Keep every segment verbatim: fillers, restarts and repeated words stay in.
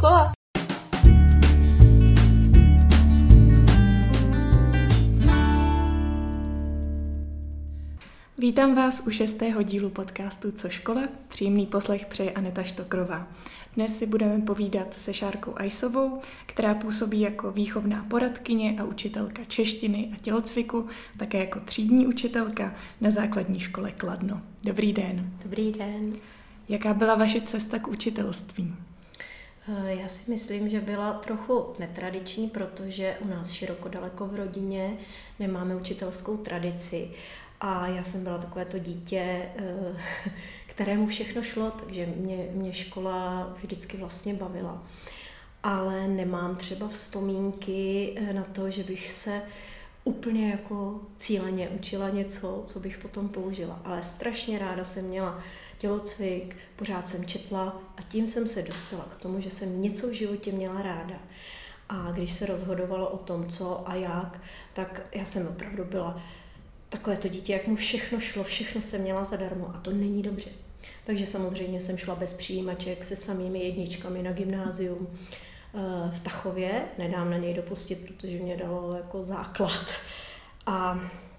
škola? Vítám vás u šestého dílu podcastu Co škola? Příjemný poslech přeje Aneta Štokrová. Dnes si budeme povídat se Šárkou Ajsovou, která působí jako výchovná poradkyně a učitelka češtiny a tělocviku, také jako třídní učitelka na základní škole Kladno. Dobrý den. Dobrý den. Jaká byla vaše cesta k učitelství? Já si myslím, že byla trochu netradiční, protože u nás široko daleko v rodině nemáme učitelskou tradici. A já jsem byla takové to dítě, kterému všechno šlo, takže mě, mě škola vždycky vlastně bavila. Ale nemám třeba vzpomínky na to, že bych se úplně jako cíleně učila něco, co bych potom použila. Ale strašně ráda jsem měla tělocvik, pořád jsem četla a tím jsem se dostala k tomu, že jsem něco v životě měla ráda. A když se rozhodovalo o tom, co a jak, tak já jsem opravdu byla takové to dítě, jak mu všechno šlo, všechno jsem měla zadarmo a to není dobře. Takže samozřejmě jsem šla bez přijímaček se samými jedničkami na gymnázium v Tachově. Nedám na něj dopustit, protože mě dalo jako základ. A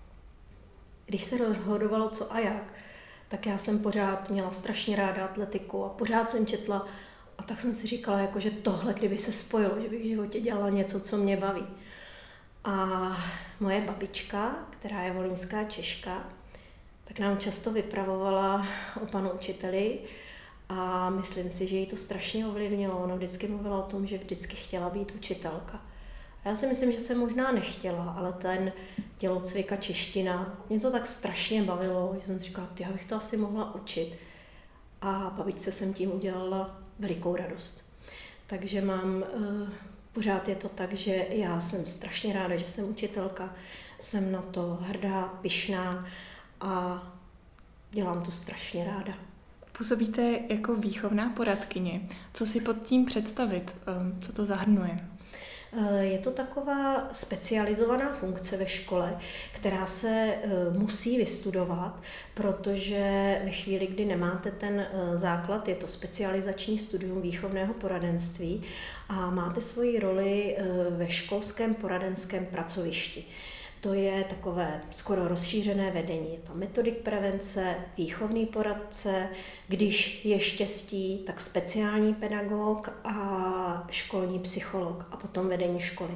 když se rozhodovalo co a jak, tak já jsem pořád měla strašně ráda atletiku a pořád jsem četla a tak jsem si říkala, jako, že tohle, kdyby se spojilo, že bych v životě dělala něco, co mě baví. A moje babička, která je volyňská Češka, tak nám často vypravovala o panu učiteli a myslím si, že jí to strašně ovlivnilo. Ona vždycky mluvila o tom, že vždycky chtěla být učitelka. A já si myslím, že jsem možná nechtěla, ale ten tělocvik a čeština, mě to tak strašně bavilo, že jsem si říkala, já bych to asi mohla učit. A babičce jsem tím udělala velikou radost. Takže mám... Pořád je to tak, že já jsem strašně ráda, že jsem učitelka, jsem na to hrdá, pyšná a dělám to strašně ráda. Působíte jako výchovná poradkyně. Co si pod tím představit? Co to zahrnuje? Je to taková specializovaná funkce ve škole, která se musí vystudovat, protože ve chvíli, kdy nemáte ten základ, je to specializační studium výchovného poradenství a máte svoji roli ve školském poradenském pracovišti. To je takové skoro rozšířené vedení. Je tam metodik prevence, výchovný poradce, když je štěstí, tak speciální pedagog a školní psycholog a potom vedení školy.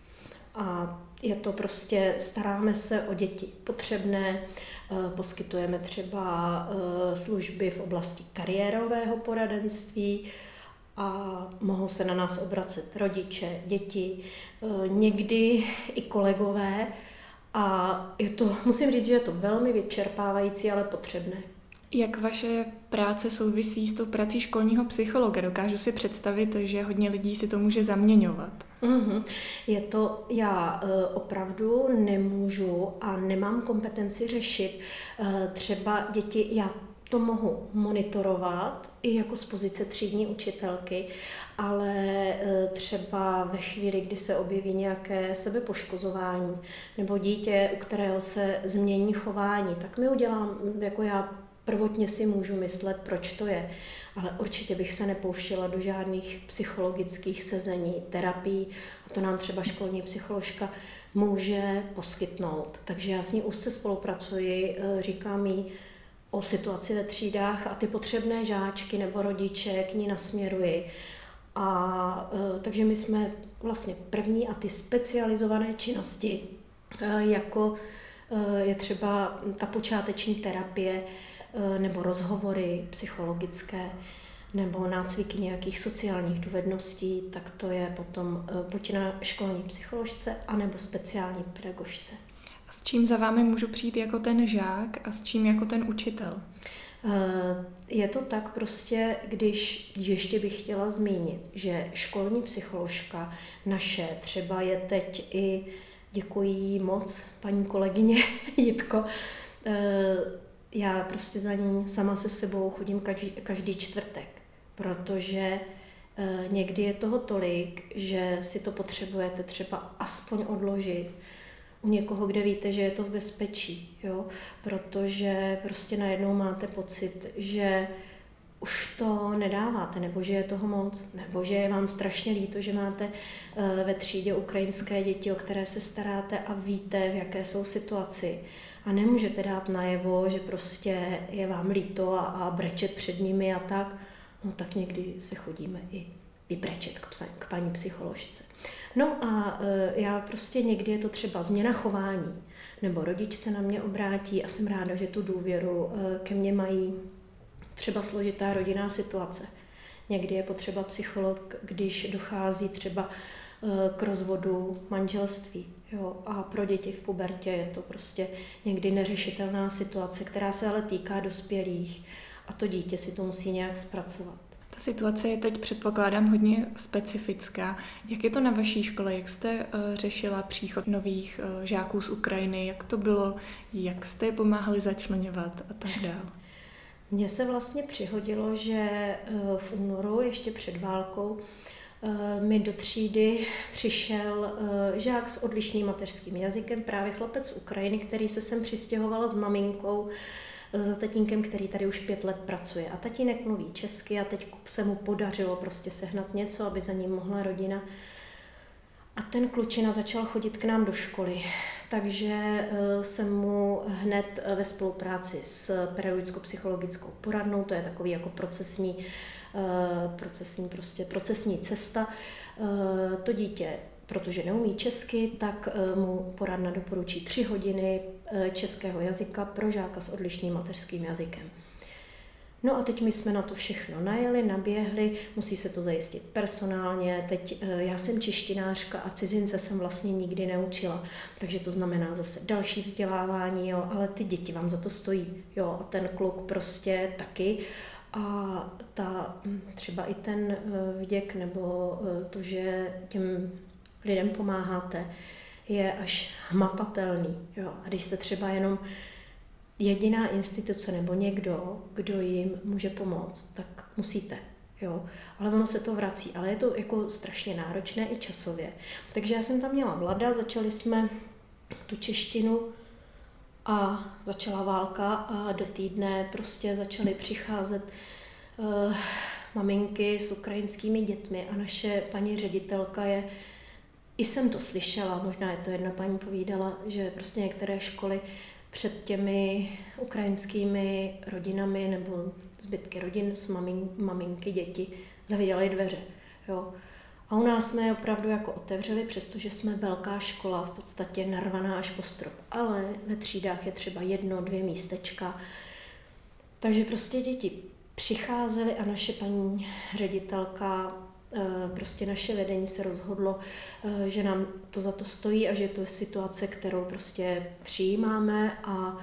A je to prostě, staráme se o děti potřebné, poskytujeme třeba služby v oblasti kariérového poradenství a mohou se na nás obracet rodiče, děti, někdy i kolegové. A je to, musím říct, že je to velmi vyčerpávající, ale potřebné. Jak vaše práce souvisí s tou prací školního psychologa? Dokážu si představit, že hodně lidí si to může zaměňovat. Mm-hmm. Je to, já e, opravdu nemůžu a nemám kompetenci řešit e, třeba děti, já to mohu monitorovat i jako z pozice třídní učitelky, ale třeba ve chvíli, kdy se objeví nějaké sebepoškozování nebo dítě, u kterého se změní chování, tak mi udělám, jako já prvotně si můžu myslet, proč to je, ale určitě bych se nepouštěla do žádných psychologických sezení, terapií a to nám třeba školní psycholožka může poskytnout. Takže já s ní úzce spolupracuji, říkám jí o situaci ve třídách a ty potřebné žáčky nebo rodiče k ní nasměruji. A takže my jsme vlastně první a ty specializované činnosti, jako je třeba ta počáteční terapie nebo rozhovory psychologické nebo nácviky nějakých sociálních dovedností, tak to je potom buď na školní psycholožce anebo speciální pedagožce. A s čím za vámi můžu přijít jako ten žák a s čím jako ten učitel? Je to tak prostě, když ještě bych chtěla zmínit, že školní psycholožka naše třeba je teď i, děkuji jí moc, paní kolegyně Jitko, já prostě za ní sama se sebou chodím každý, každý čtvrtek, protože někdy je toho tolik, že si to potřebujete třeba aspoň odložit u někoho, kde víte, že je to v bezpečí, jo? Protože prostě najednou máte pocit, že už to nedáváte, nebo že je toho moc, nebo že je vám strašně líto, že máte ve třídě ukrajinské děti, o které se staráte a víte, v jaké jsou situaci. A nemůžete dát najevo, že prostě je vám líto a, a brečet před nimi a tak. No tak někdy se chodíme i vybrečet k, psa, k paní psycholožce. No a e, já prostě někdy je to třeba změna chování, nebo rodič se na mě obrátí a jsem ráda, že tu důvěru e, ke mně mají. Třeba složitá rodinná situace. Někdy je potřeba psycholog, když dochází třeba k rozvodu manželství. Jo? A pro děti v pubertě je to prostě někdy neřešitelná situace, která se ale týká dospělých a to dítě si to musí nějak zpracovat. Ta situace je teď, předpokládám, hodně specifická. Jak je to na vaší škole? Jak jste uh, řešila příchod nových uh, žáků z Ukrajiny? Jak to bylo? Jak jste je pomáhali začleňovat a tak dále? Mně se vlastně přihodilo, že v únoru, ještě před válkou, mi do třídy přišel žák s odlišným mateřským jazykem, právě chlapec z Ukrajiny, který se sem přistěhoval s maminkou, za tatínkem, který tady už pět let pracuje. A tatínek mluví česky a teď se mu podařilo prostě sehnat něco, aby za ním mohla rodina. A ten klučina začal chodit k nám do školy, takže jsem mu hned ve spolupráci s pedagogicko-psychologickou poradnou, to je takový jako procesní, procesní, prostě procesní cesta, to dítě, protože neumí česky, tak mu poradna doporučí tři hodiny českého jazyka pro žáka s odlišným mateřským jazykem. No a teď my jsme na to všechno najeli, naběhli, musí se to zajistit personálně. Teď já jsem češtinářka a cizince jsem vlastně nikdy neučila, takže to znamená zase další vzdělávání, jo, ale ty děti vám za to stojí, jo, a ten kluk prostě taky. A ta, třeba i ten vděk nebo to, že těm lidem pomáháte, je až hmatatelný, jo, a když jste třeba jenom jediná instituce nebo někdo, kdo jim může pomoct, tak musíte, jo. Ale ono se to vrací, ale je to jako strašně náročné i časově. Takže já jsem tam měla Vlada, začali jsme tu češtinu a začala válka a do týdne prostě začaly přicházet uh, maminky s ukrajinskými dětmi a naše paní ředitelka je, i jsem to slyšela, možná je to jedna paní povídala, že prostě některé školy před těmi ukrajinskými rodinami nebo zbytky rodin s mamin, maminky, děti zavíraly dveře. Jo. A u nás jsme je opravdu jako otevřeli, přestože jsme velká škola, v podstatě narvaná až po strop. Ale ve třídách je třeba jedno, dvě místečka. Takže prostě děti přicházely a naše paní ředitelka, prostě naše vedení se rozhodlo, že nám to za to stojí a že to je situace, kterou prostě přijímáme a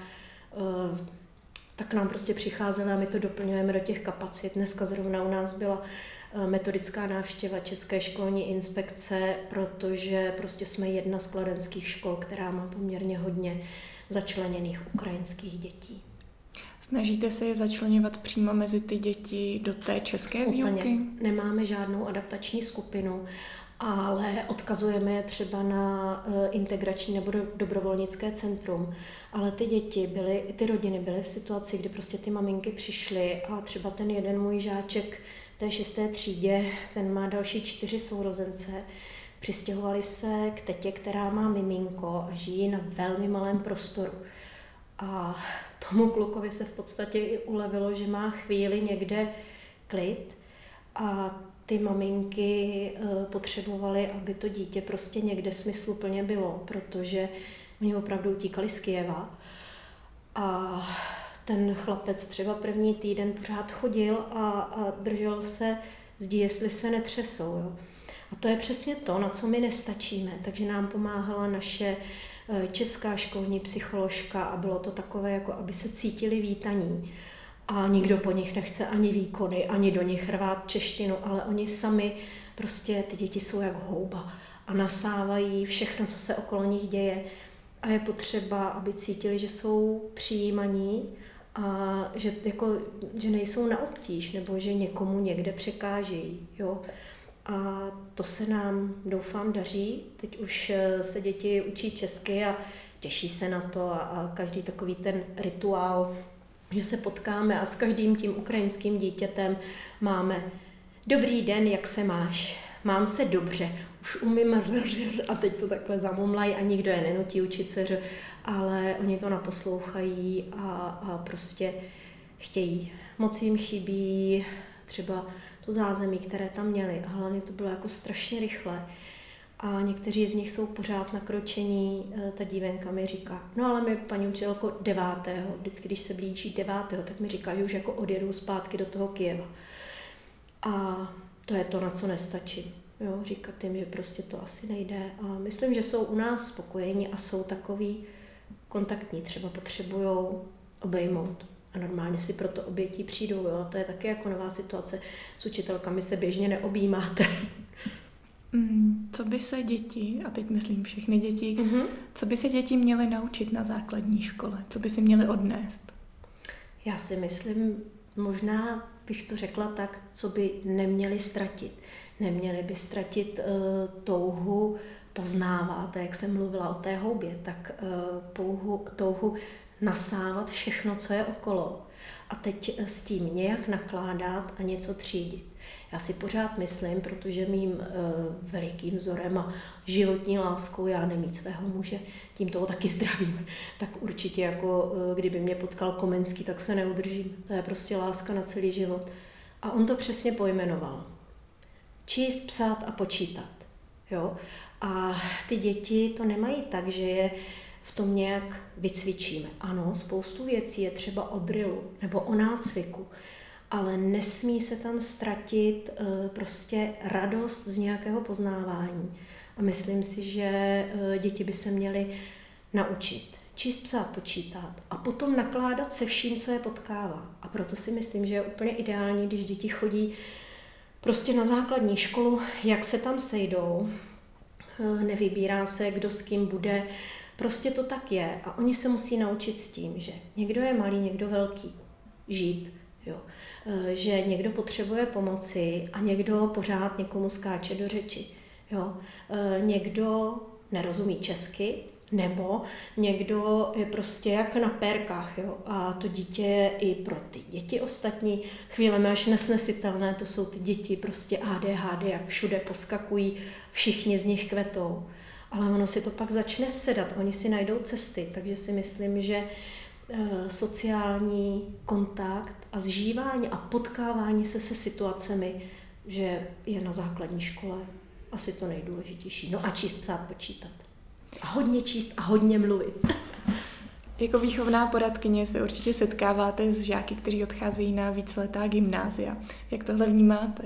tak nám prostě přicházely a my to doplňujeme do těch kapacit. Dneska zrovna u nás byla metodická návštěva České školní inspekce, protože prostě jsme jedna z kladenských škol, která má poměrně hodně začleněných ukrajinských dětí. Snažíte se je začleňovat přímo mezi ty děti do té české výuky? Úplně. Nemáme žádnou adaptační skupinu, ale odkazujeme je třeba na integrační nebo dobrovolnické centrum. Ale ty děti byly, ty rodiny byly v situaci, kdy prostě ty maminky přišly a třeba ten jeden můj žáček v té šesté třídě, ten má další čtyři sourozence, přistěhovali se k tetě, která má miminko a žijí na velmi malém prostoru. A tomu klukovi se v podstatě i ulevilo, že má chvíli někde klid a ty maminky potřebovaly, aby to dítě prostě někde smysluplně bylo, protože oni opravdu utíkali z Kyjeva. A ten chlapec třeba první týden pořád chodil a, a držel se zdi, jestli se netřesou. Jo. A to je přesně to, na co my nestačíme. Takže nám pomáhala naše česká školní psycholožka a bylo to takové, jako aby se cítili vítaní. A nikdo po nich nechce ani výkony, ani do nich rvát češtinu, ale oni sami, prostě ty děti jsou jak houba a nasávají všechno, co se okolo nich děje. A je potřeba, aby cítili, že jsou přijímaní a že, jako, že nejsou na obtíž nebo že někomu někde překážejí. Jo? A to se nám, doufám, daří. Teď už se děti učí česky a těší se na to a, a každý takový ten rituál že se potkáme a s každým tím ukrajinským dítětem máme dobrý den, jak se máš? Mám se dobře, už umím a teď to takhle zamumlají a nikdo je nenutí učit se, ale oni to naposlouchají a, a prostě chtějí. Moc jim chybí třeba to zázemí, které tam měli a hlavně to bylo jako strašně rychle. A někteří z nich jsou pořád nakročení, ta dívenka mi říká, no ale my, paní učitelko, devátého, vždycky, když se blíží devátého, tak mi říká, že už jako odjedu zpátky do toho Kyjeva. A to je to, na co nestačím. Jo, říkat jim, že prostě to asi nejde. A myslím, že jsou u nás spokojení a jsou takový kontaktní, třeba potřebujou obejmout. A normálně si proto obětí přijdou. Jo? To je taky jako nová situace. S učitelkami se běžně neobjímáte. Mm, co by se děti, a teď myslím všechny děti, mm-hmm. co by se děti měly naučit na základní škole? Co by si měly odnést? Já si myslím, možná bych to řekla tak, co by neměli ztratit. Neměli by ztratit uh, touhu poznávat, jak jsem mluvila o té houbě, tak uh, pouhu, touhu nasávat všechno, co je okolo. A teď s tím nějak nakládat a něco třídit. Já si pořád myslím, protože mým uh, velikým vzorem a životní láskou já nemít svého muže, tím toho taky zdravím, tak určitě jako uh, kdyby mě potkal Komenský, tak se neudržím. To je prostě láska na celý život. A on to přesně pojmenoval. Číst, psát a počítat. Jo? A ty děti to nemají tak, že je v tom nějak vycvičíme. Ano, spoustu věcí je třeba o drillu nebo o nácviku, ale nesmí se tam ztratit uh, prostě radost z nějakého poznávání. A myslím si, že uh, děti by se měly naučit číst, psát, počítat a potom nakládat se vším, co je potkává. A proto si myslím, že je úplně ideální, když děti chodí prostě na základní školu, jak se tam sejdou, uh, nevybírá se, kdo s kým bude, prostě to tak je a oni se musí naučit s tím, že někdo je malý, někdo velký, žít, jo. Že někdo potřebuje pomoci a někdo pořád někomu skáče do řeči. Jo. Někdo nerozumí česky, nebo někdo je prostě jak na pérkách. Jo. A to dítě je i pro ty děti ostatní chvílemi až nesnesitelné, to jsou ty děti prostě A D H D, jak všude poskakují, všichni z nich kvetou. Ale ono si to pak začne sedat, oni si najdou cesty, takže si myslím, že sociální kontakt a zžívání a potkávání se se situacemi, že je na základní škole asi to nejdůležitější. No a číst, psát, počítat. A hodně číst a hodně mluvit. Jako výchovná poradkyně se určitě setkáváte s žáky, kteří odcházejí na víceletá gymnázia. Jak tohle vnímáte?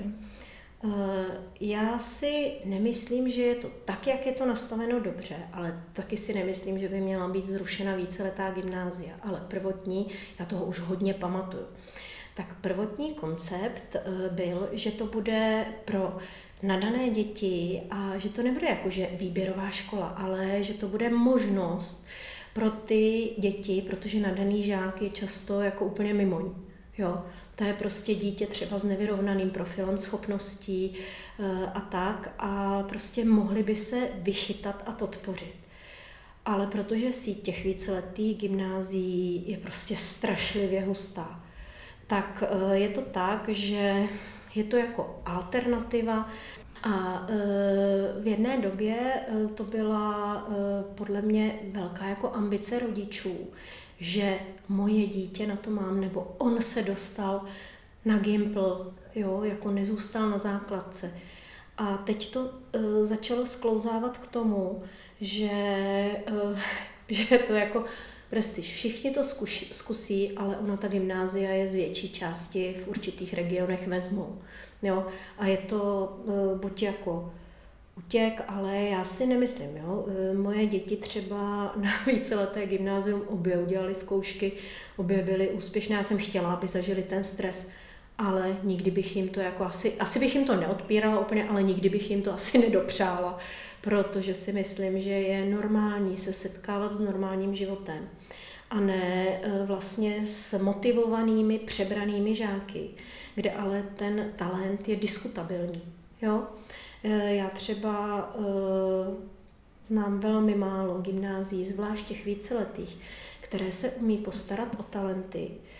Já si nemyslím, že je to tak, jak je to nastaveno dobře, ale taky si nemyslím, že by měla být zrušena víceletá gymnázia. Ale prvotní, já toho už hodně pamatuju. Tak prvotní koncept byl, že to bude pro nadané děti a že to nebude jakože výběrová škola, ale že to bude možnost pro ty děti, protože nadaný žák je často jako úplně mimo ní. Jo. To je prostě dítě třeba s nevyrovnaným profilem schopností a tak a prostě mohli by se vychytat a podpořit. Ale protože síť těch víceletých gymnázií je prostě strašlivě hustá, tak je to tak, že je to jako alternativa a v jedné době to byla podle mě velká jako ambice rodičů, že moje dítě na to mám, nebo on se dostal na Gimpl, jo, jako nezůstal na základce. A teď to uh, začalo sklouzávat k tomu, že, uh, že to jako prestiž. Všichni to zkuš, zkusí, ale ona ta gymnázia je z větší části v určitých regionech vezmou. Jo? A je to uh, buď jako utěk, ale já si nemyslím. Jo? Moje děti třeba na víceleté gymnázium obě udělali zkoušky, obě byly úspěšné. Já jsem chtěla, aby zažili ten stres, ale nikdy bych jim to jako asi, asi bych jim to neodpírala úplně, ale nikdy bych jim to asi nedopřála, protože si myslím, že je normální se setkávat s normálním životem a ne vlastně s motivovanými, přebranými žáky, kde ale ten talent je diskutabilní. Jo? Já třeba uh, znám velmi málo gymnázií, zvlášť těch víceletých, které se umí postarat o talenty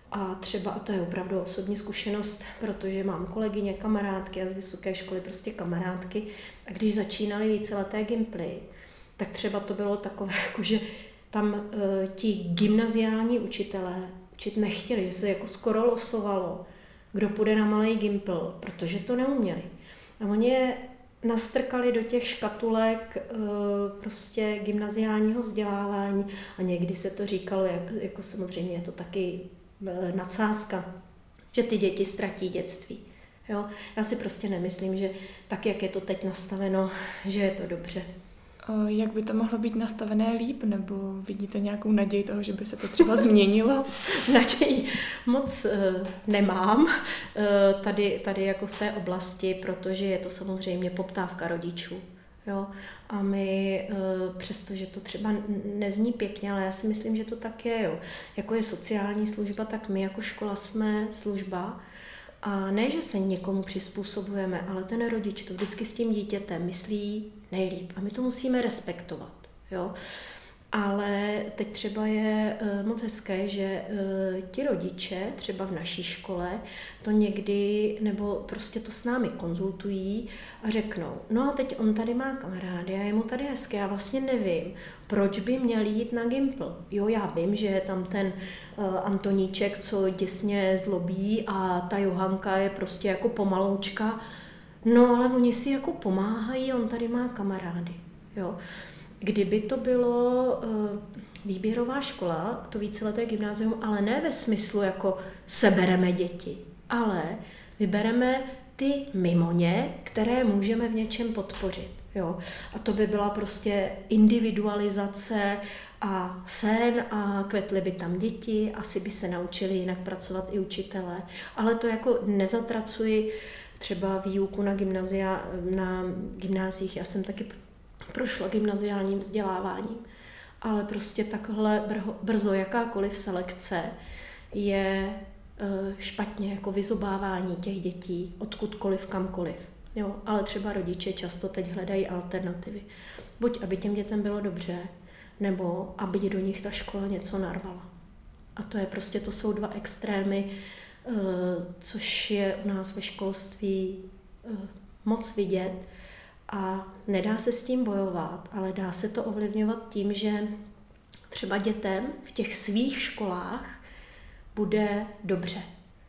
A třeba, a to je opravdu osobní zkušenost, protože mám kolegyně, kamarádky a z vysoké školy prostě kamarádky. A když začínaly víceleté gymply, tak třeba to bylo takové, jako že tam e, ti gymnaziální učitelé učit nechtěli, že se jako skoro losovalo, kdo půjde na malý gympl, protože to neuměli. A oni je nastrkali do těch škatulek e, prostě gymnaziálního vzdělávání a někdy se to říkalo, jak, jako samozřejmě je to taky e, nadsázka, že ty děti ztratí dětství. Jo? Já si prostě nemyslím, že tak, jak je to teď nastaveno, že je to dobře. Jak by to mohlo být nastavené líp, nebo vidíte nějakou naději toho, že by se to třeba změnilo? Naději moc e, nemám e, tady, tady jako v té oblasti, protože je to samozřejmě poptávka rodičů. Jo? A my, e, přestože to třeba nezní pěkně, ale já si myslím, že to tak je. Jo? Jako je sociální služba, tak my jako škola jsme služba. A ne, že se někomu přizpůsobujeme, ale ten rodič to vždycky s tím dítětem myslí nejlíp. A my to musíme respektovat. Jo? Ale teď třeba je e, moc hezké, že e, ti rodiče třeba v naší škole to někdy, nebo prostě to s námi konzultují a řeknou, no a teď on tady má kamarády a je mu tady hezké, já vlastně nevím, proč by měl jít na gympl. Jo, já vím, že je tam ten e, Antoníček, co děsně zlobí a ta Johanka je prostě jako pomaloučka, no ale oni si jako pomáhají, on tady má kamarády. Jo. Kdyby to bylo uh, výběrová škola, to víceleté gymnázium, ale ne ve smyslu jako sebereme děti, ale vybereme ty mimo ně, které můžeme v něčem podpořit. Jo? A to by byla prostě individualizace a sen a kvetly by tam děti, asi by se naučili jinak pracovat i učitelé. Ale to jako nezatracuji třeba výuku na, gymnázia, na gymnáziích, já jsem taky prošla gymnaziálním vzděláváním, ale prostě takhle brzo jakákoliv selekce je špatně, jako vyzobávání těch dětí odkudkoliv, kamkoliv. Jo, ale třeba rodiče často teď hledají alternativy. Buď aby těm dětem bylo dobře, nebo aby do nich ta škola něco narvala. A to je prostě, to jsou dva extrémy, což je u nás ve školství moc vidět. A nedá se s tím bojovat, ale dá se to ovlivňovat tím, že třeba dětem v těch svých školách bude dobře.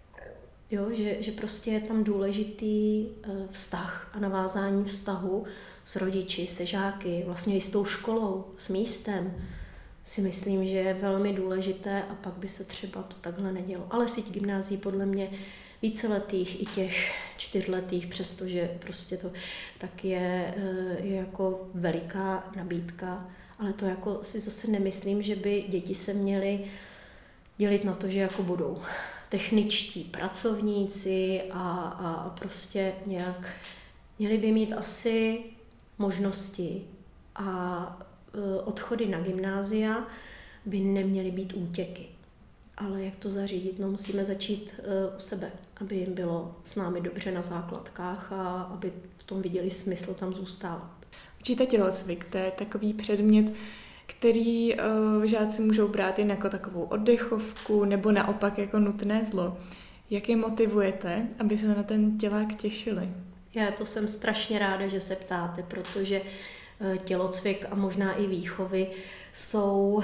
Jo, že, že prostě je tam důležitý vztah a navázání vztahu s rodiči, se žáky, vlastně i s tou školou, s místem. Si myslím, že je velmi důležité a pak by se třeba to takhle nedělo. Ale síť gymnázií podle mě víceletých i těch čtyřletých, přestože prostě to tak je, je jako veliká nabídka, ale to jako si zase nemyslím, že by děti se měly dělit na to, že jako budou techničtí pracovníci a, a prostě nějak měli by mít asi možnosti a odchody na gymnázia by neměly být útěky. Ale jak to zařídit? No musíme začít uh, u sebe, aby jim bylo s námi dobře na základkách a aby v tom viděli smysl tam zůstávat. Učíte tělocvik, to je takový předmět, který uh, žáci můžou brát jen jako takovou oddechovku nebo naopak jako nutné zlo. Jak je motivujete, aby se na ten tělák těšili? Já to jsem strašně ráda, že se ptáte, protože tělocvik a možná i výchovy jsou,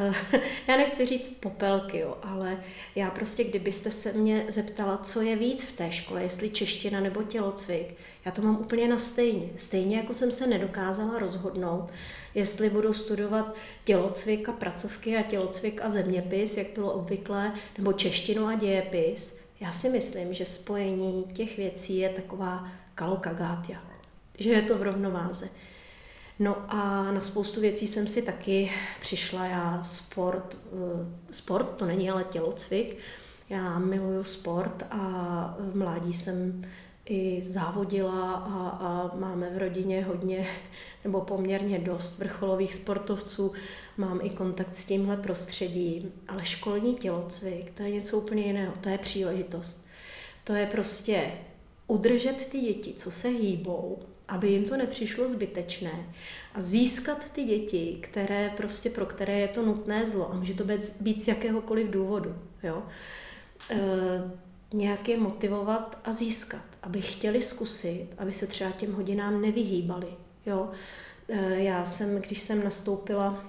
já nechci říct popelky, jo, ale já prostě, kdybyste se mě zeptala, co je víc v té škole, jestli čeština nebo tělocvik, já to mám úplně na stejně. Stejně jako jsem se nedokázala rozhodnout, jestli budu studovat tělocvik a pracovky a tělocvik a zeměpis, jak bylo obvyklé, nebo češtinu a dějepis. Já si myslím, že spojení těch věcí je taková kalokagátia, že je to v rovnováze. No a na spoustu věcí jsem si taky přišla, já sport, sport to není ale tělocvik, já miluju sport a v mládí jsem i závodila a, a máme v rodině hodně nebo poměrně dost vrcholových sportovců, mám i kontakt s tímhle prostředím, ale školní tělocvik, to je něco úplně jiného, to je příležitost. To je prostě udržet ty děti, co se hýbou, aby jim to nepřišlo zbytečné a získat ty děti, které prostě pro které je to nutné zlo a může to být z jakéhokoliv důvodu. Jo? e, nějak je motivovat a získat, aby chtěli zkusit, aby se třeba těm hodinám nevyhýbali. Jo? E, já jsem, když jsem nastoupila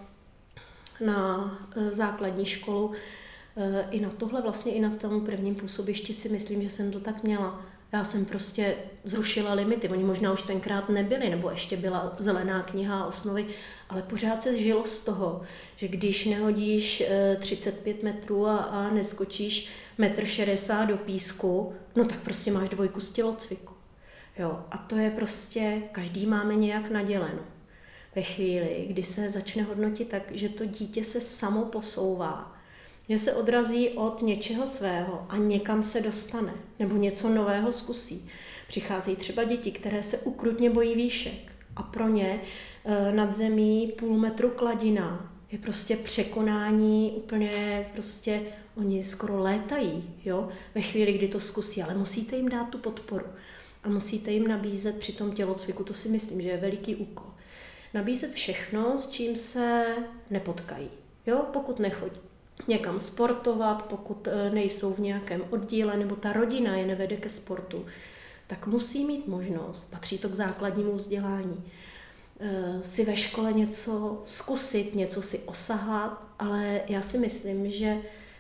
na e, základní školu, e, i na tohle vlastně, i na tom prvním působišti si myslím, že jsem to tak měla. Já jsem prostě zrušila limity, oni možná už tenkrát nebyli, nebo ještě byla zelená kniha a osnovy, ale pořád se žilo z toho, že když nehodíš třicet pět metrů a, a neskočíš metr šedesát do písku, no tak prostě máš dvojku z tělocviku. Jo, a to je prostě, každý máme nějak naděleno. Ve chvíli, kdy se začne hodnotit tak, že to dítě se samo posouvá, že se odrazí od něčeho svého a někam se dostane, nebo něco nového zkusí. Přicházejí třeba děti, které se ukrutně bojí výšek a pro ně e, nad zemí půl metru kladina je prostě překonání úplně prostě, oni skoro létají, jo, ve chvíli, kdy to zkusí, ale musíte jim dát tu podporu a musíte jim nabízet při tom tělocviku, to si myslím, že je veliký úkol. Nabízet všechno, s čím se nepotkají, jo, pokud nechodí někam sportovat, pokud nejsou v nějakém oddíle, nebo ta rodina je nevede ke sportu, tak musí mít možnost, patří to k základnímu vzdělání, si ve škole něco zkusit, něco si osahat, ale já si myslím, že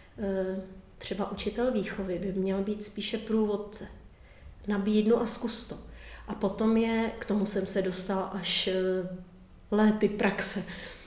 třeba učitel výchovy by měl být spíše průvodce. Nabídnu a zkus to. A potom je, k tomu jsem se dostala až léty praxe,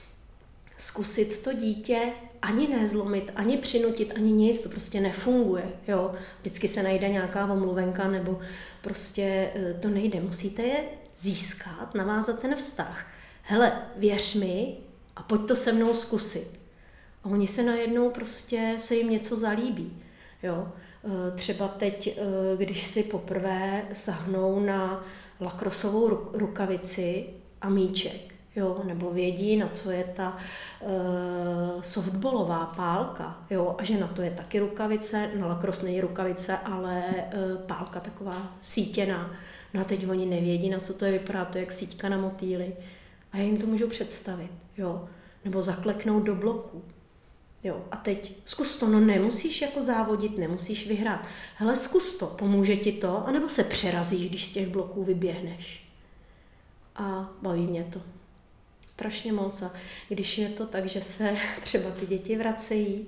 zkusit to dítě ani nezlomit, ani přinutit, ani nic, to prostě nefunguje. Jo? Vždycky se najde nějaká omluvenka, nebo prostě to nejde. Musíte je získat, navázat ten vztah. Hele, věř mi a pojď to se mnou zkusit. A oni se najednou prostě, se jim něco zalíbí. Jo? Třeba teď, když si poprvé sahnou na lakrosovou rukavici a míček, jo, nebo vědí, na co je ta uh, softballová pálka, jo, a že na to je taky rukavice, na lakros není rukavice, ale uh, pálka taková sítěná. No a teď oni nevědí, na co to je, vypadá to jak síťka na motýly. A já jim to můžu představit, jo, nebo zakleknout do bloku. Jo, a teď zkus to, no nemusíš jako závodit, nemusíš vyhrát. Hele, zkus to, pomůže ti to, anebo se přerazíš, když z těch bloků vyběhneš. A baví mě to. Strašně moc. A když je to tak, že se třeba ty děti vracejí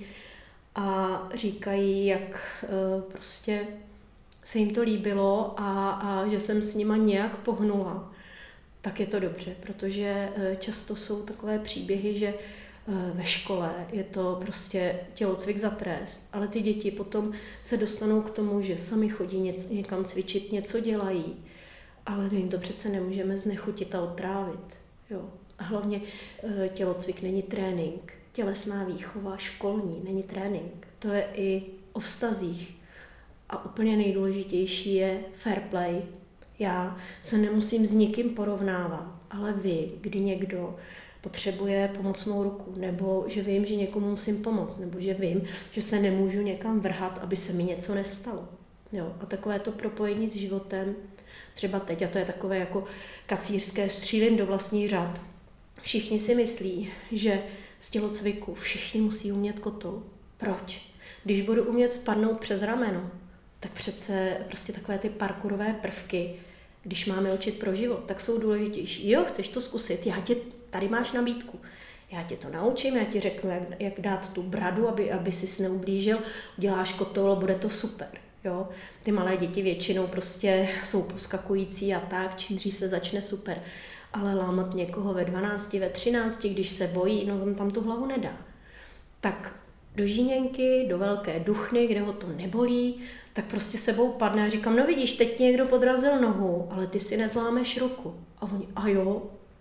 a říkají, jak e, prostě se jim to líbilo a, a že jsem s nima nějak pohnula, tak je to dobře, protože e, často jsou takové příběhy, že e, ve škole je to prostě tělocvik za trest, ale ty děti potom se dostanou k tomu, že sami chodí něc, někam cvičit, něco dělají, ale my jim to přece nemůžeme znechutit a otrávit. Jo. A hlavně tělocvik není trénink, tělesná výchova školní není trénink. To je i o vztazích. A úplně nejdůležitější je fair play. Já se nemusím s nikým porovnávat, ale vím, kdy někdo potřebuje pomocnou ruku, nebo že vím, že někomu musím pomoct, nebo že vím, že se nemůžu někam vrhat, aby se mi něco nestalo. Jo. A takové to propojení s životem, třeba teď, a to je takové jako kacířské, střílím do vlastních řad. Všichni si myslí, že z tělocviku všichni musí umět kotou. Proč? Když budu umět spadnout přes rameno, tak přece prostě takové ty parkourové prvky, když máme učit pro život, tak jsou důležitější. Jo, chceš to zkusit, já tě, tady máš nabídku. Já tě to naučím, já ti řeknu, jak, jak dát tu bradu, aby, aby sis neublížil, uděláš kotoul, bude to super. Jo? Ty malé děti většinou prostě jsou poskakující a tak, čím dřív se začne super. Ale lámat někoho ve dvanácti, ve třinácti, když se bojí, no on tam tu hlavu nedá. Tak do žíněnky, do velké duchny, kde ho to nebolí, tak prostě sebou padne a říkám, no vidíš, teď někdo podrazil nohu, ale ty si nezlámeš ruku. A oni, a jo.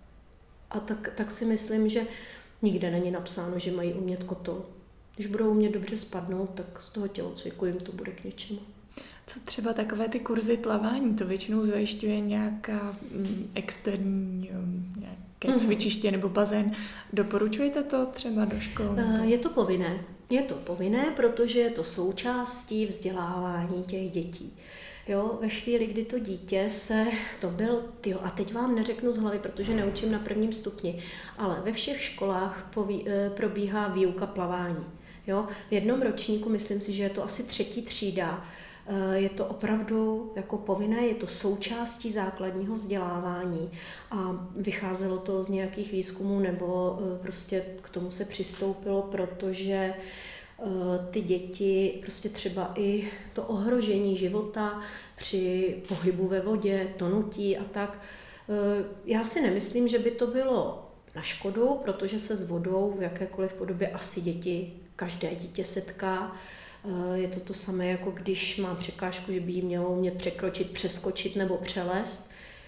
A tak, tak si myslím, že nikde není napsáno, že mají umět kotoul. Když budou umět dobře spadnout, tak z toho tělocviku jim to bude k něčemu. Co třeba takové ty kurzy plavání, to většinou zajišťuje nějaká mm, externí nějaké mm-hmm. cvičiště nebo bazén. Doporučujete to třeba do škol? Nebo? Je to povinné. Je to povinné, protože je to součástí vzdělávání těch dětí. Jo, ve chvíli, kdy to dítě se, to byl, tyjo, a teď vám neřeknu z hlavy, protože neučím na prvním stupni, ale ve všech školách poví, probíhá výuka plavání. Jo? V jednom ročníku, myslím si, že je to asi třetí třída, je to opravdu jako povinné, je to součástí základního vzdělávání a vycházelo to z nějakých výzkumů nebo prostě k tomu se přistoupilo, protože ty děti prostě třeba i to ohrožení života při pohybu ve vodě, tonutí a tak. Já si nemyslím, že by to bylo na škodu, protože se s vodou v jakékoliv podobě asi děti, každé dítě setká. Je to to samé, jako když má překážku, že by jí mělo umět překročit, přeskočit nebo přelézt.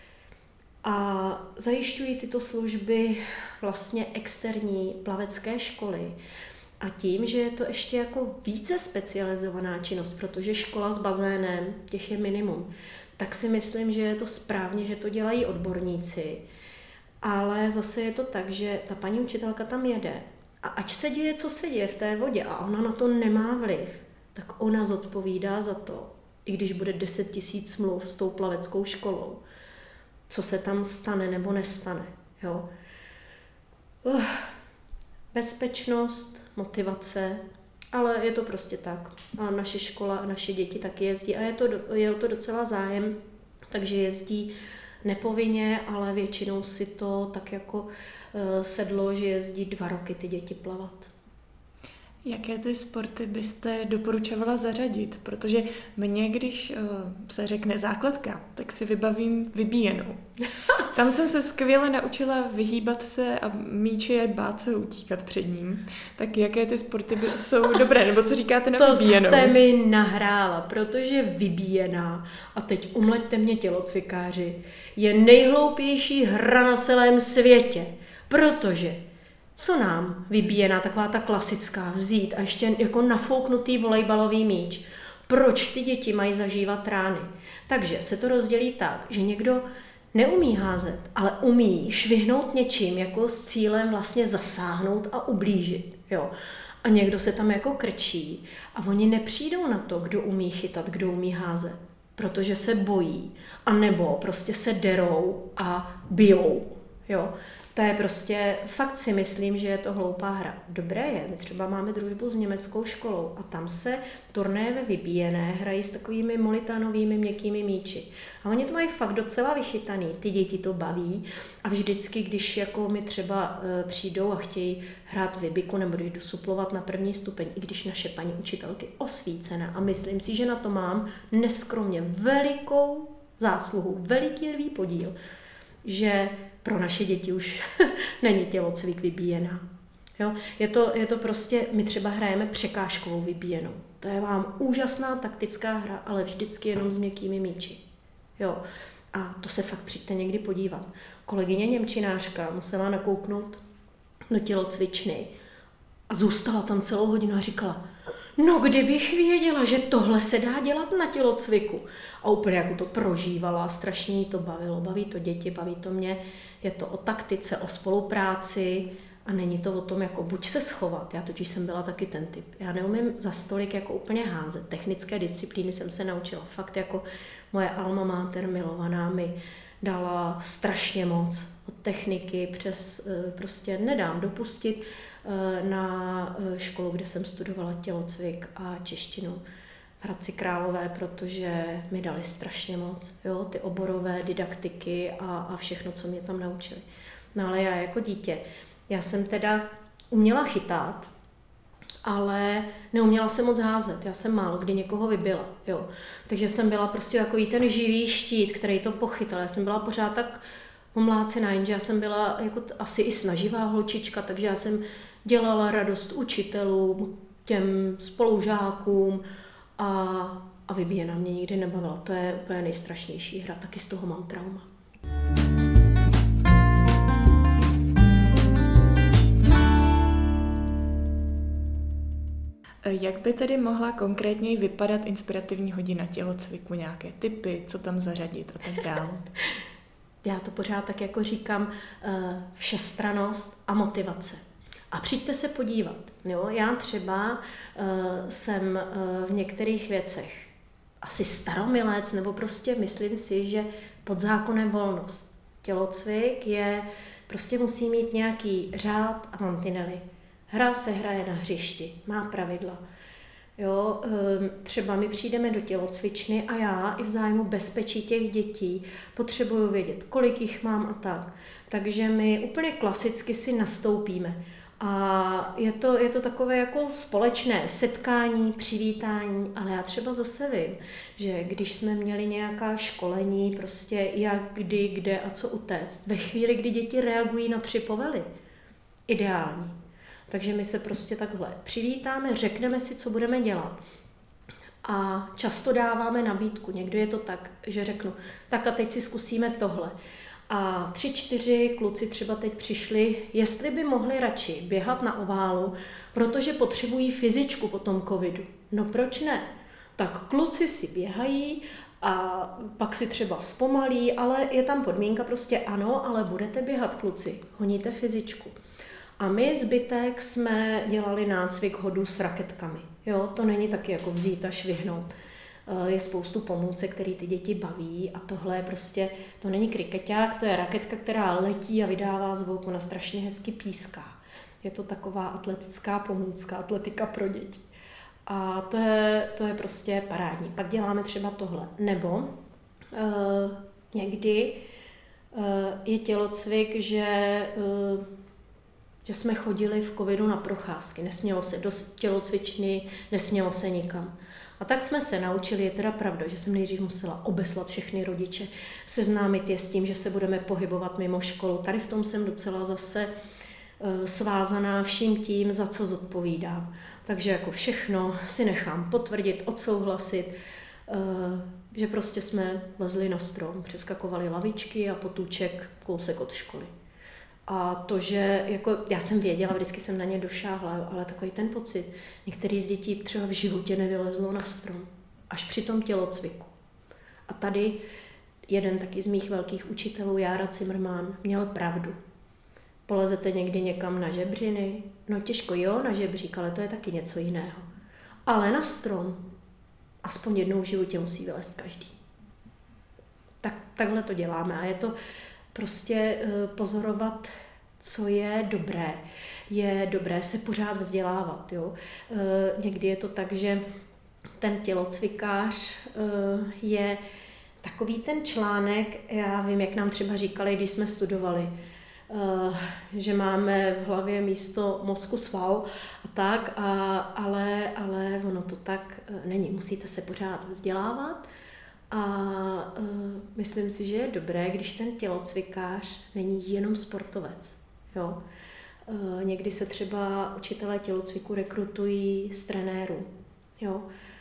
A zajišťují tyto služby vlastně externí plavecké školy. A tím, že je to ještě jako více specializovaná činnost, protože škola s bazénem, těch je minimum, tak si myslím, že je to správně, že to dělají odborníci. Ale zase je to tak, že ta paní učitelka tam jede a ať se děje, co se děje v té vodě a ona na to nemá vliv, tak ona zodpovídá za to, i když bude deset tisíc smluv s tou plaveckou školou, co se tam stane nebo nestane. Jo? Uh, bezpečnost, motivace, ale je to prostě tak. A naše škola a naše děti taky jezdí a je to, je to docela zájem, takže jezdí nepovinně, ale většinou si to tak jako uh, sedlo, že jezdí dva roky ty děti plavat. Jaké ty sporty byste doporučovala zařadit? Protože mně, když uh, se řekne základka, tak si vybavím vybíjenou. Tam jsem se skvěle naučila vyhýbat se a míče bát se utíkat před ním. Tak jaké ty sporty by, jsou dobré? Nebo co říkáte na to vybíjenou? To jste mi nahrála, protože vybíjená, a teď umleďte mě tělocvikáři, je nejhloupější hra na celém světě. Protože co nám vybíjená, taková ta klasická, vzít a ještě jako nafouknutý volejbalový míč. Proč ty děti mají zažívat rány? Takže se to rozdělí tak, že někdo neumí házet, ale umí švihnout něčím jako s cílem vlastně zasáhnout a ublížit. Jo. A někdo se tam jako krčí a oni nepřijdou na to, kdo umí chytat, kdo umí házet, protože se bojí, anebo prostě se derou a bijou. Jo. To je prostě, fakt si myslím, že je to hloupá hra. Dobré je, my třeba máme družbu s německou školou a tam se turnaje ve vybíjené hrají s takovými molitanovými měkkými míči. A oni to mají fakt docela vychytaný, ty děti to baví a vždycky, když jako mi třeba e, přijdou a chtějí hrát vybiku nebo když jdu suplovat na první stupeň, i když naše paní učitelky osvícená a myslím si, že na to mám neskromně velikou zásluhu, veliký lví podíl, že pro naše děti už není tělocvik vybíjená. Jo? Je to, je to prostě, my třeba hrajeme překážkovou vybíjenou. To je vám úžasná taktická hra, ale vždycky jenom s měkkými míči. Jo? A to se fakt přijďte někdy podívat. Kolegyně němčinářka musela nakouknout do tělocvičny a zůstala tam celou hodinu a říkala, no kdybych věděla, že tohle se dá dělat na tělocviku. A úplně jako to prožívala, strašně jí to bavilo, baví to děti, baví to mě. Je to o taktice, o spolupráci a není to o tom, jako buď se schovat. Já totiž jsem byla taky ten typ. Já neumím za stolik jako úplně házet. Technické disciplíny jsem se naučila. Fakt jako moje alma mater milovaná mi dala strašně moc. Od techniky přes prostě nedám dopustit na školu, kde jsem studovala tělocvik a češtinu v Hradci Králové, protože mi dali strašně moc. Jo? Ty oborové didaktiky a, a všechno, co mě tam naučili. No ale já jako dítě, já jsem teda uměla chytat, ale neuměla jsem moc házet. Já jsem málo kdy někoho vybila. Jo? Takže jsem byla prostě takový ten živý štít, který to pochytal. Já jsem byla pořád tak omlácená, jenže já jsem byla jako t- asi i snaživá holčička, takže já jsem dělala radost učitelům, těm spolužákům a, a vybíjená mě nikdy nebavila. To je úplně nejstrašnější hra, taky z toho mám trauma. Jak by tedy mohla konkrétně vypadat inspirativní hodina tělocviku? Nějaké tipy, co tam zařadit a tak dále? Já to pořád tak jako říkám, všestrannost a motivace. A přijďte se podívat. Jo? Já třeba uh, jsem uh, v některých věcech asi staromilec, nebo prostě myslím si, že pod zákonem volnost. Tělocvik je, prostě musí mít nějaký řád a mantinely. Hra se hraje na hřišti, má pravidla. Jo, třeba my přijdeme do tělocvičny a já i v zájmu bezpečí těch dětí potřebuju vědět, kolik jich mám a tak. Takže my úplně klasicky si nastoupíme. A je to, je to takové jako společné setkání, přivítání, ale já třeba zase vím, že když jsme měli nějaká školení, prostě jak, kdy, kde a co utéct, ve chvíli, kdy děti reagují na tři povely, ideální. Takže my se prostě takhle přivítáme, řekneme si, co budeme dělat. A často dáváme nabídku. Někdo je to tak, že řeknu, tak a teď si zkusíme tohle. A tři, čtyři kluci třeba teď přišli, jestli by mohli radši běhat na oválu, protože potřebují fyzičku po tom covidu. No proč ne? Tak kluci si běhají a pak si třeba zpomalí, ale je tam podmínka prostě ano, ale budete běhat kluci, honíte fyzičku. A my zbytek jsme dělali nácvik hodů s raketkami. Jo, to není taky jako vzít a švihnout. Je spoustu pomůcek, které ty děti baví a tohle je prostě, to není krikeťák, to je raketka, která letí a vydává zvuk, ona strašně hezky píská. Je to taková atletická pomůcka, atletika pro děti. A to je, to je prostě parádní. Pak děláme třeba tohle. Nebo uh, někdy uh, je tělocvik, že... Uh, že jsme chodili v covidu na procházky, nesmělo se do tělocvičny, nesmělo se nikam. A tak jsme se naučili, je teda pravda, že jsem nejdřív musela obeslat všechny rodiče, seznámit je s tím, že se budeme pohybovat mimo školu. Tady v tom jsem docela zase uh, svázaná vším tím, za co zodpovídám. Takže jako všechno si nechám potvrdit, odsouhlasit, uh, že prostě jsme lezli na strom, přeskakovali lavičky a potůček kousek od školy. A to, že jako já jsem věděla, vždycky jsem na ně došáhla, ale takový ten pocit, některý z dětí třeba v životě nevylezlo na strom, až při tom tělocviku. A tady jeden taky z mých velkých učitelů, Jára Cimrman, měl pravdu. Polezete někdy někam na žebřiny? No těžko, jo, na žebřík, ale to je taky něco jiného. Ale na strom aspoň jednou v životě musí vylézt každý. Tak, takhle to děláme a je to prostě pozorovat, co je dobré. Je dobré se pořád vzdělávat. Jo? Někdy je to tak, že ten tělocvikář je takový ten článek, já vím, jak nám třeba říkali, když jsme studovali, že máme v hlavě místo mozku sval a tak, a, ale, ale ono to tak není. Musíte se pořád vzdělávat. A uh, myslím si, že je dobré, když ten tělocvikář není jenom sportovec. Jo? Uh, někdy se třeba učitelé tělocviku rekrutují z trenérů. Jo?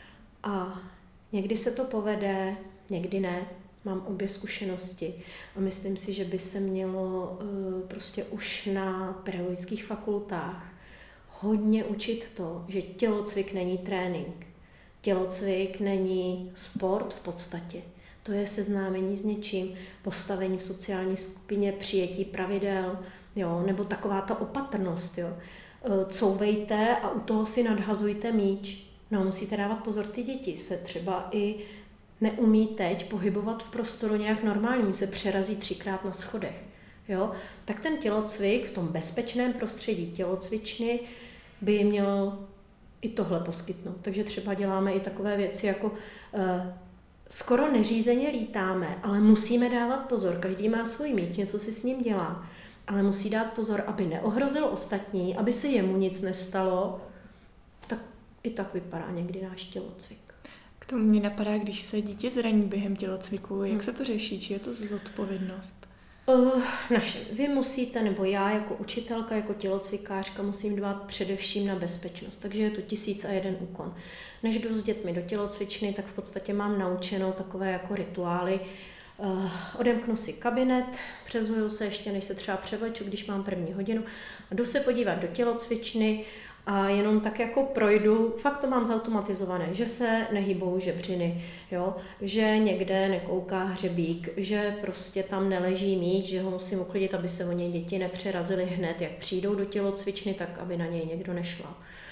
A někdy se to povede, někdy ne. Mám obě zkušenosti. A myslím si, že by se mělo uh, prostě už na pedagogických fakultách hodně učit to, že tělocvik není trénink. Tělocvik není sport v podstatě. To je seznámení s něčím, postavení v sociální skupině, přijetí pravidel, jo, nebo taková ta opatrnost. Jo. Couvejte a u toho si nadhazujte míč. No, musíte dávat pozor, ty děti se třeba i neumí teď pohybovat v prostoru nějak normálně, oni se přerazí třikrát na schodech. Jo. Tak ten tělocvik v tom bezpečném prostředí tělocvičny by měl i tohle poskytnout. Takže třeba děláme i takové věci, jako uh, skoro neřízeně lítáme, ale musíme dávat pozor. Každý má svůj míč, něco si s ním dělá, ale musí dát pozor, aby neohrozil ostatní, aby se jemu nic nestalo. Tak i tak vypadá někdy náš tělocvik. K tomu mě napadá, když se dítě zraní během tělocviku, jak hmm. se to řeší, či je to zodpovědnost? Uh, naše. Vy musíte, nebo já jako učitelka, jako tělocvikářka musím dbát především na bezpečnost, takže je to tisíc a jeden úkon. Než jdu s dětmi do tělocvičny, tak v podstatě mám naučenou takové jako rituály. Uh, odemknu si kabinet, přezuju se ještě, než se třeba převleču, když mám první hodinu a jdu se podívat do tělocvičny a jenom tak jako projdu, fakt to mám zautomatizované, že se nehybou žebřiny, jo? Že někde nekouká hřebík, že prostě tam neleží míč, že ho musím uklidit, aby se o něj děti nepřerazily hned, jak přijdou do tělocvičny, tak aby na něj někdo nešlal.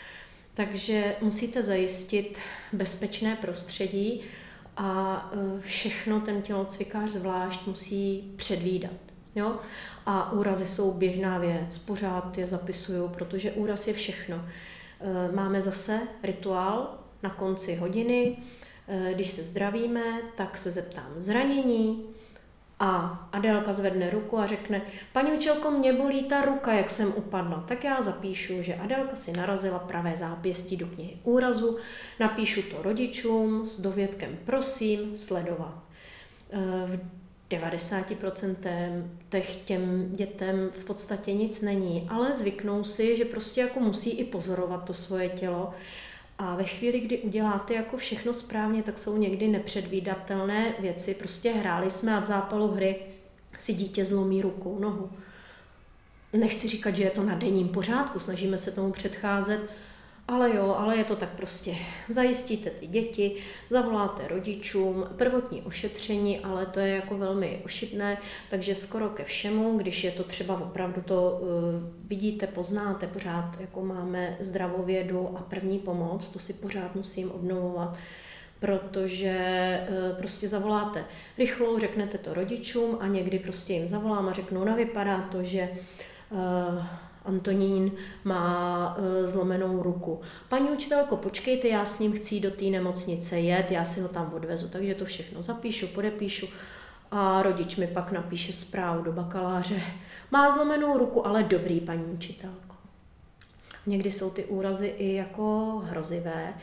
Takže musíte zajistit bezpečné prostředí a všechno ten tělocvikář zvlášť musí předvídat. Jo? A úrazy jsou běžná věc, pořád je zapisuju, protože úraz je všechno. Máme zase rituál na konci hodiny, když se zdravíme, tak se zeptám zranění a Adélka zvedne ruku a řekne, paní učitelko, mě bolí ta ruka, jak jsem upadla. Tak já zapíšu, že Adélka si narazila pravé zápěstí do knihy úrazu, napíšu to rodičům s dovětkem prosím sledovat. V devadesáti procentech těm dětem v podstatě nic není, ale zvyknou si, že prostě jako musí i pozorovat to svoje tělo. A ve chvíli, kdy uděláte jako všechno správně, tak jsou někdy nepředvídatelné věci. Prostě hráli jsme a v zápalu hry si dítě zlomí ruku, nohu. Nechci říkat, že je to na denním pořádku, snažíme se tomu předcházet, ale jo, ale je to tak prostě. Zajistíte ty děti, zavoláte rodičům, prvotní ošetření, ale to je jako velmi ošidné, takže skoro ke všemu, když je to třeba opravdu to uh, vidíte, poznáte, pořád jako máme zdravovědu a první pomoc, to si pořád musím obnovovat, protože uh, prostě zavoláte rychlou, řeknete to rodičům a někdy prostě jim zavolám a řeknu, no vypadá to, že uh, Antonín má e, zlomenou ruku. Paní učitelko, počkejte, já s ním chci do té nemocnice jet, já si ho tam odvezu, takže to všechno zapíšu, podepíšu a rodič mi pak napíše zprávu do bakaláře. Má zlomenou ruku, ale dobrý, paní učitelko. Někdy jsou ty úrazy i jako hrozivé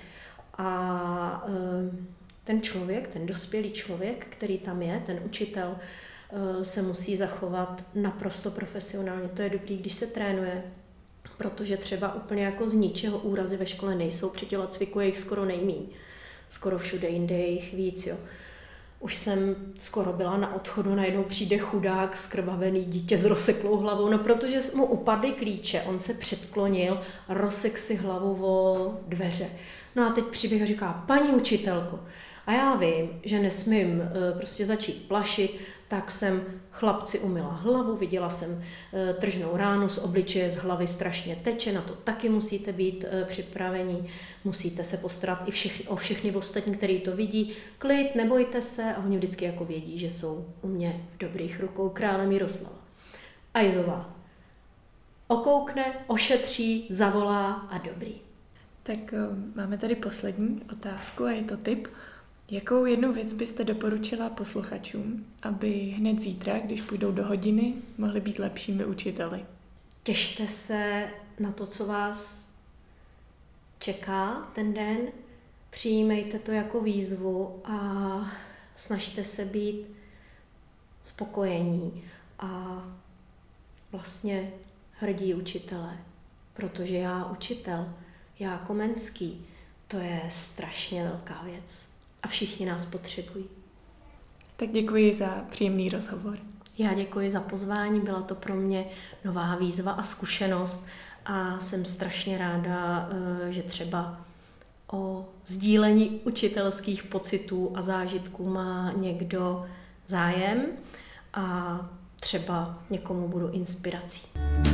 a e, ten člověk, ten dospělý člověk, který tam je, ten učitel, se musí zachovat naprosto profesionálně. To je dobrý, když se trénuje, protože třeba úplně jako z ničeho úrazy ve škole nejsou, při tělocviku je jich skoro nejmíň. Skoro všude jinde je jich víc. Jo. Už jsem skoro byla na odchodu, najednou přijde chudák, skrvavený dítě s rozseklou hlavou, no protože mu upadly klíče, on se předklonil a rozsek si hlavu o dveře. No a teď přiběh a říká, paní učitelko, a já vím, že nesmím prostě začít plašit, tak jsem chlapci umyla hlavu, viděla jsem e, tržnou ránu z obličeje, z hlavy strašně teče, na to taky musíte být e, připraveni, musíte se postarat i všechny, o všechny ostatní, kteří to vidí. Klid, nebojte se, a oni vždycky jako vědí, že jsou u mě v dobrých rukou krále Miroslava. Ajzová okoukne, ošetří, zavolá a dobrý. Tak máme tady poslední otázku a je to tip. Jakou jednu věc byste doporučila posluchačům, aby hned zítra, když půjdou do hodiny, mohli být lepšími učiteli? Těšte se na to, co vás čeká ten den, přijímejte to jako výzvu a snažte se být spokojení a vlastně hrdí učitelé, protože já učitel, já Komenský, to je strašně velká věc. A všichni nás potřebují. Tak děkuji za příjemný rozhovor. Já děkuji za pozvání, byla to pro mě nová výzva a zkušenost a jsem strašně ráda, že třeba o sdílení učitelských pocitů a zážitků má někdo zájem a třeba někomu budu inspirací.